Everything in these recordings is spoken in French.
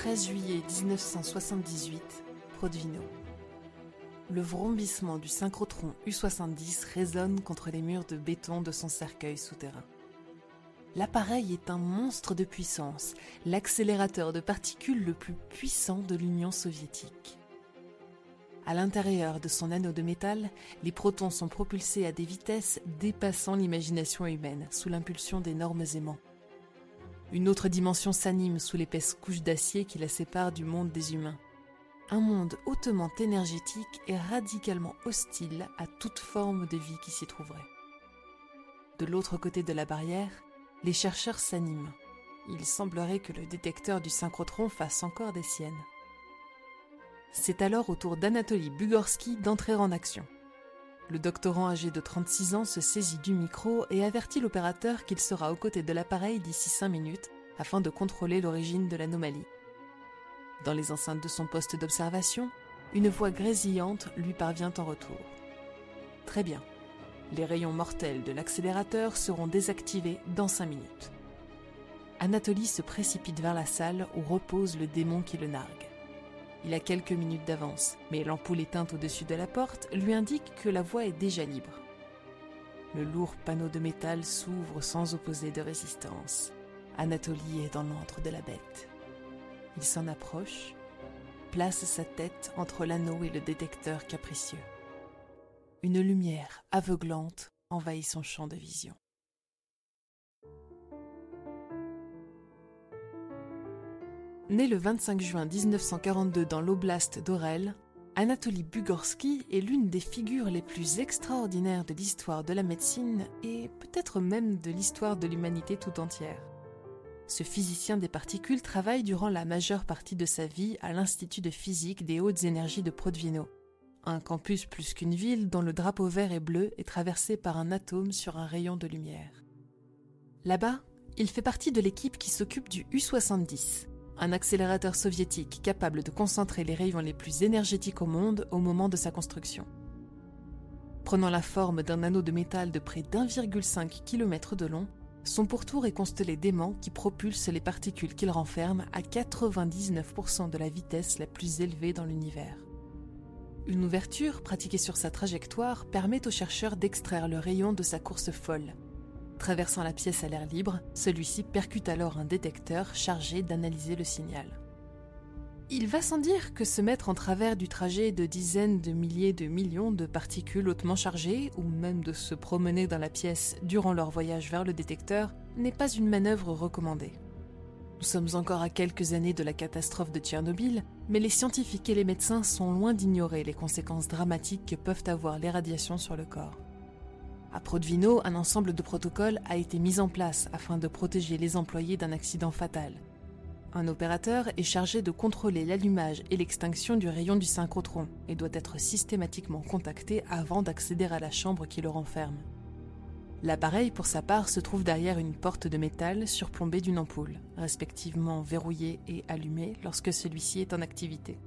13 juillet 1978, Prodvino. Le vrombissement du synchrotron U-70 résonne contre les murs de béton de son cercueil souterrain. L'appareil est un monstre de puissance, l'accélérateur de particules le plus puissant de l'Union soviétique. À l'intérieur de son anneau de métal, les protons sont propulsés à des vitesses dépassant l'imagination humaine, sous l'impulsion d'énormes aimants. Une autre dimension s'anime sous l'épaisse couche d'acier qui la sépare du monde des humains. Un monde hautement énergétique et radicalement hostile à toute forme de vie qui s'y trouverait. De l'autre côté de la barrière, les chercheurs s'animent. Il semblerait que le détecteur du synchrotron fasse encore des siennes. C'est alors au tour d'Anatoly Bugorski d'entrer en action. Le doctorant âgé de 36 ans se saisit du micro et avertit l'opérateur qu'il sera aux côtés de l'appareil d'ici 5 minutes afin de contrôler l'origine de l'anomalie. Dans les enceintes de son poste d'observation, une voix grésillante lui parvient en retour. Très bien. Les rayons mortels de l'accélérateur seront désactivés dans 5 minutes. Anatoly se précipite vers la salle où repose le démon qui le nargue. Il a quelques minutes d'avance, mais l'ampoule éteinte au-dessus de la porte lui indique que la voie est déjà libre. Le lourd panneau de métal s'ouvre sans opposer de résistance. Anatoly est dans l'antre de la bête. Il s'en approche, place sa tête entre l'anneau et le détecteur capricieux. Une lumière aveuglante envahit son champ de vision. Né le 25 juin 1942 dans l'oblast d'Orel, Anatoly Bugorski est l'une des figures les plus extraordinaires de l'histoire de la médecine et peut-être même de l'histoire de l'humanité tout entière. Ce physicien des particules travaille durant la majeure partie de sa vie à l'Institut de physique des hautes énergies de Prodvino, un campus plus qu'une ville dont le drapeau vert et bleu est traversé par un atome sur un rayon de lumière. Là-bas, il fait partie de l'équipe qui s'occupe du U-70, un accélérateur soviétique capable de concentrer les rayons les plus énergétiques au monde au moment de sa construction. Prenant la forme d'un anneau de métal de près d'1,5 km de long, son pourtour est constellé d'aimants qui propulsent les particules qu'il renferme à 99% de la vitesse la plus élevée dans l'univers. Une ouverture pratiquée sur sa trajectoire permet au chercheur d'extraire le rayon de sa course folle. Traversant la pièce à l'air libre, celui-ci percute alors un détecteur chargé d'analyser le signal. Il va sans dire que se mettre en travers du trajet de dizaines de milliers de millions de particules hautement chargées, ou même de se promener dans la pièce durant leur voyage vers le détecteur, n'est pas une manœuvre recommandée. Nous sommes encore à quelques années de la catastrophe de Tchernobyl, mais les scientifiques et les médecins sont loin d'ignorer les conséquences dramatiques que peuvent avoir les radiations sur le corps. À Prodvino, un ensemble de protocoles a été mis en place afin de protéger les employés d'un accident fatal. Un opérateur est chargé de contrôler l'allumage et l'extinction du rayon du synchrotron et doit être systématiquement contacté avant d'accéder à la chambre qui le renferme. L'appareil, pour sa part, se trouve derrière une porte de métal surplombée d'une ampoule, respectivement verrouillée et allumée lorsque celui-ci est en activité.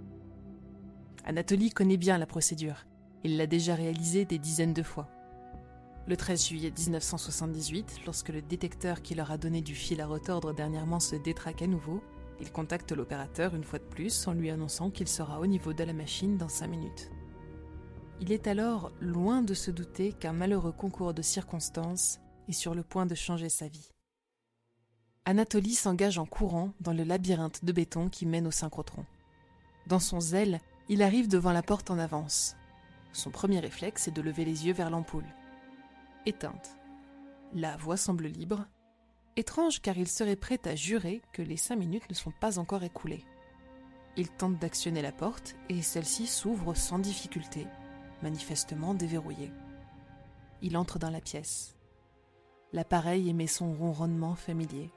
Anatoly connaît bien la procédure. Il l'a déjà réalisée des dizaines de fois. Le 13 juillet 1978, lorsque le détecteur qui leur a donné du fil à retordre dernièrement se détraque à nouveau, il contacte l'opérateur une fois de plus en lui annonçant qu'il sera au niveau de la machine dans 5 minutes. Il est alors loin de se douter qu'un malheureux concours de circonstances est sur le point de changer sa vie. Anatoly s'engage en courant dans le labyrinthe de béton qui mène au synchrotron. Dans son zèle, il arrive devant la porte en avance. Son premier réflexe est de lever les yeux vers l'ampoule. Éteinte. La voie semble libre. Étrange car il serait prêt à jurer que les 5 minutes ne sont pas encore écoulées. Il tente d'actionner la porte et celle-ci s'ouvre sans difficulté, manifestement déverrouillée. Il entre dans la pièce. L'appareil émet son ronronnement familier.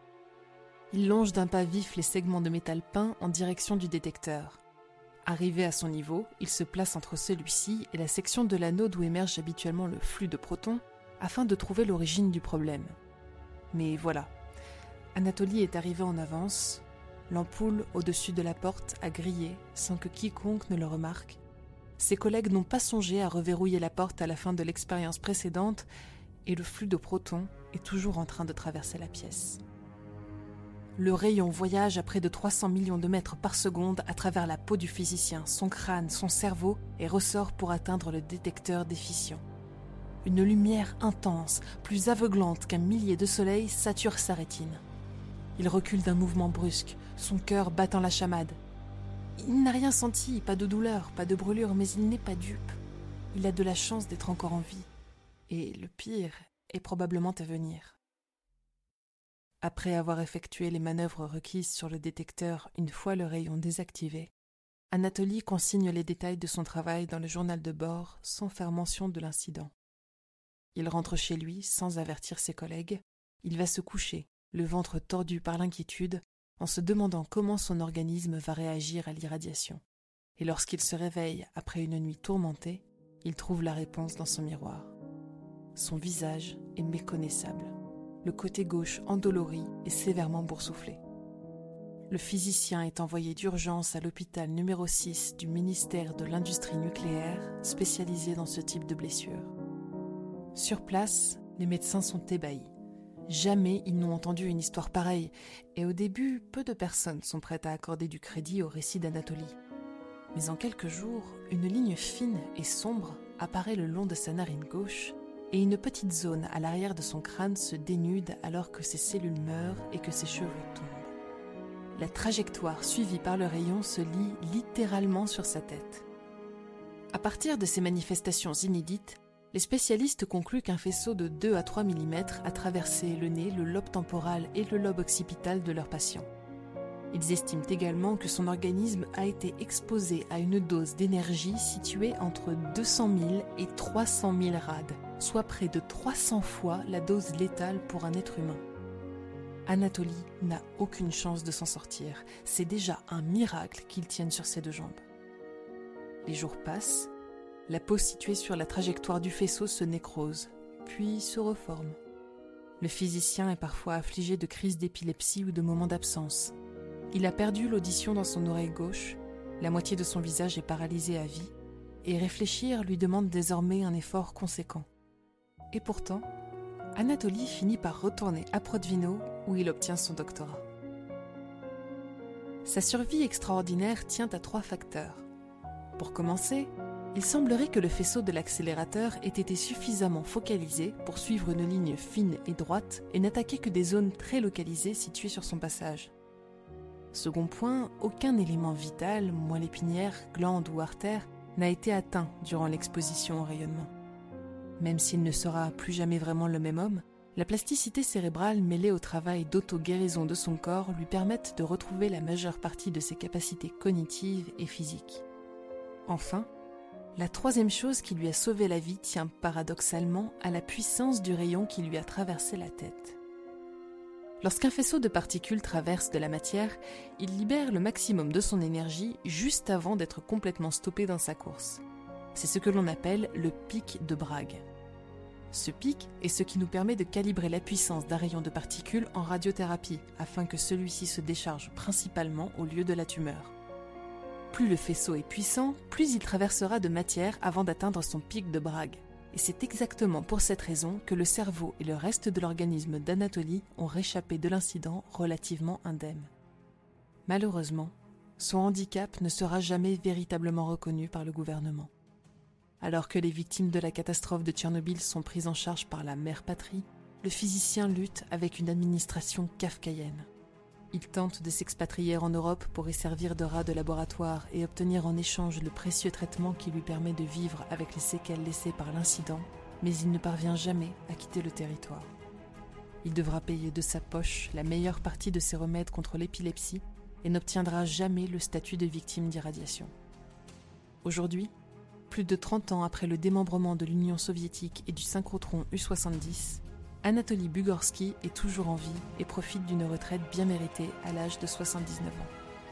Il longe d'un pas vif les segments de métal peint en direction du détecteur. Arrivé à son niveau, il se place entre celui-ci et la section de l'anneau d'où émerge habituellement le flux de protons afin de trouver l'origine du problème. Mais voilà, Anatoly est arrivé en avance, l'ampoule au-dessus de la porte a grillé sans que quiconque ne le remarque. Ses collègues n'ont pas songé à reverrouiller la porte à la fin de l'expérience précédente et le flux de protons est toujours en train de traverser la pièce. Le rayon voyage à près de 300 millions de mètres par seconde à travers la peau du physicien, son crâne, son cerveau et ressort pour atteindre le détecteur des fissions. Une lumière intense, plus aveuglante qu'un millier de soleils, sature sa rétine. Il recule d'un mouvement brusque, son cœur battant la chamade. Il n'a rien senti, pas de douleur, pas de brûlure, mais il n'est pas dupe. Il a de la chance d'être encore en vie. Et le pire est probablement à venir. Après avoir effectué les manœuvres requises sur le détecteur une fois le rayon désactivé, Anatoly consigne les détails de son travail dans le journal de bord sans faire mention de l'incident. Il rentre chez lui sans avertir ses collègues. Il va se coucher, le ventre tordu par l'inquiétude, en se demandant comment son organisme va réagir à l'irradiation. Et lorsqu'il se réveille après une nuit tourmentée, il trouve la réponse dans son miroir. Son visage est méconnaissable, le côté gauche endolori et sévèrement boursouflé. Le physicien est envoyé d'urgence à l'hôpital numéro 6 du ministère de l'Industrie nucléaire, spécialisé dans ce type de blessures. Sur place, les médecins sont ébahis. Jamais ils n'ont entendu une histoire pareille, et au début, peu de personnes sont prêtes à accorder du crédit au récit d'Anatoly. Mais en quelques jours, une ligne fine et sombre apparaît le long de sa narine gauche, et une petite zone à l'arrière de son crâne se dénude alors que ses cellules meurent et que ses cheveux tombent. La trajectoire suivie par le rayon se lie littéralement sur sa tête. À partir de ces manifestations inédites, les spécialistes concluent qu'un faisceau de 2 à 3 mm a traversé le nez, le lobe temporal et le lobe occipital de leur patient. Ils estiment également que son organisme a été exposé à une dose d'énergie située entre 200 000 et 300 000 rad, soit près de 300 fois la dose létale pour un être humain. Anatoly n'a aucune chance de s'en sortir. C'est déjà un miracle qu'il tienne sur ses 2 jambes. Les jours passent, la peau située sur la trajectoire du faisceau se nécrose, puis se reforme. Le physicien est parfois affligé de crises d'épilepsie ou de moments d'absence. Il a perdu l'audition dans son oreille gauche, la moitié de son visage est paralysée à vie, et réfléchir lui demande désormais un effort conséquent. Et pourtant, Anatoly finit par retourner à Prodvino où il obtient son doctorat. Sa survie extraordinaire tient à 3 facteurs. Pour commencer, il semblerait que le faisceau de l'accélérateur ait été suffisamment focalisé pour suivre une ligne fine et droite et n'attaquer que des zones très localisées situées sur son passage. Second point, aucun élément vital, moelle épinière, glande ou artère, n'a été atteint durant l'exposition au rayonnement. Même s'il ne sera plus jamais vraiment le même homme, la plasticité cérébrale mêlée au travail d'auto-guérison de son corps lui permettent de retrouver la majeure partie de ses capacités cognitives et physiques. Enfin, la 3e chose qui lui a sauvé la vie tient paradoxalement à la puissance du rayon qui lui a traversé la tête. Lorsqu'un faisceau de particules traverse de la matière, il libère le maximum de son énergie juste avant d'être complètement stoppé dans sa course. C'est ce que l'on appelle le pic de Bragg. Ce pic est ce qui nous permet de calibrer la puissance d'un rayon de particules en radiothérapie afin que celui-ci se décharge principalement au lieu de la tumeur. Plus le faisceau est puissant, plus il traversera de matière avant d'atteindre son pic de Bragg. Et c'est exactement pour cette raison que le cerveau et le reste de l'organisme d'Anatoly ont réchappé de l'incident relativement indemnes. Malheureusement, son handicap ne sera jamais véritablement reconnu par le gouvernement. Alors que les victimes de la catastrophe de Tchernobyl sont prises en charge par la mère patrie, le physicien lutte avec une administration kafkaïenne. Il tente de s'expatrier en Europe pour y servir de rat de laboratoire et obtenir en échange le précieux traitement qui lui permet de vivre avec les séquelles laissées par l'incident, mais il ne parvient jamais à quitter le territoire. Il devra payer de sa poche la meilleure partie de ses remèdes contre l'épilepsie et n'obtiendra jamais le statut de victime d'irradiation. Aujourd'hui, plus de 30 ans après le démembrement de l'Union soviétique et du synchrotron U-70, Anatoly Bugorski est toujours en vie et profite d'une retraite bien méritée à l'âge de 79 ans.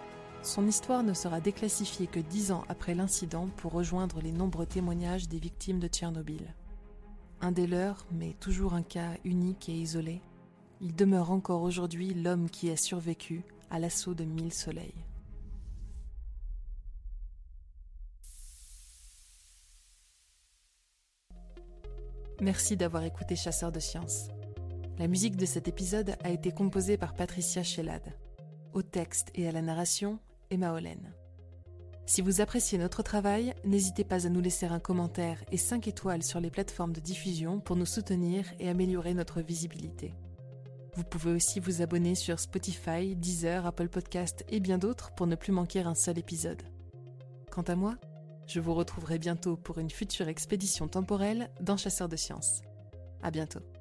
Son histoire ne sera déclassifiée que 10 ans après l'incident pour rejoindre les nombreux témoignages des victimes de Tchernobyl. Un des leurs, mais toujours un cas unique et isolé, il demeure encore aujourd'hui l'homme qui a survécu à l'assaut de 1000 soleils. Merci d'avoir écouté Chasseurs de Sciences. La musique de cet épisode a été composée par Patricia Shellad. Au texte et à la narration, Emma Hollen. Si vous appréciez notre travail, n'hésitez pas à nous laisser un commentaire et 5 étoiles sur les plateformes de diffusion pour nous soutenir et améliorer notre visibilité. Vous pouvez aussi vous abonner sur Spotify, Deezer, Apple Podcasts et bien d'autres pour ne plus manquer un seul épisode. Quant à moi, je vous retrouverai bientôt pour une future expédition temporelle dans Chasseurs de Sciences. À bientôt.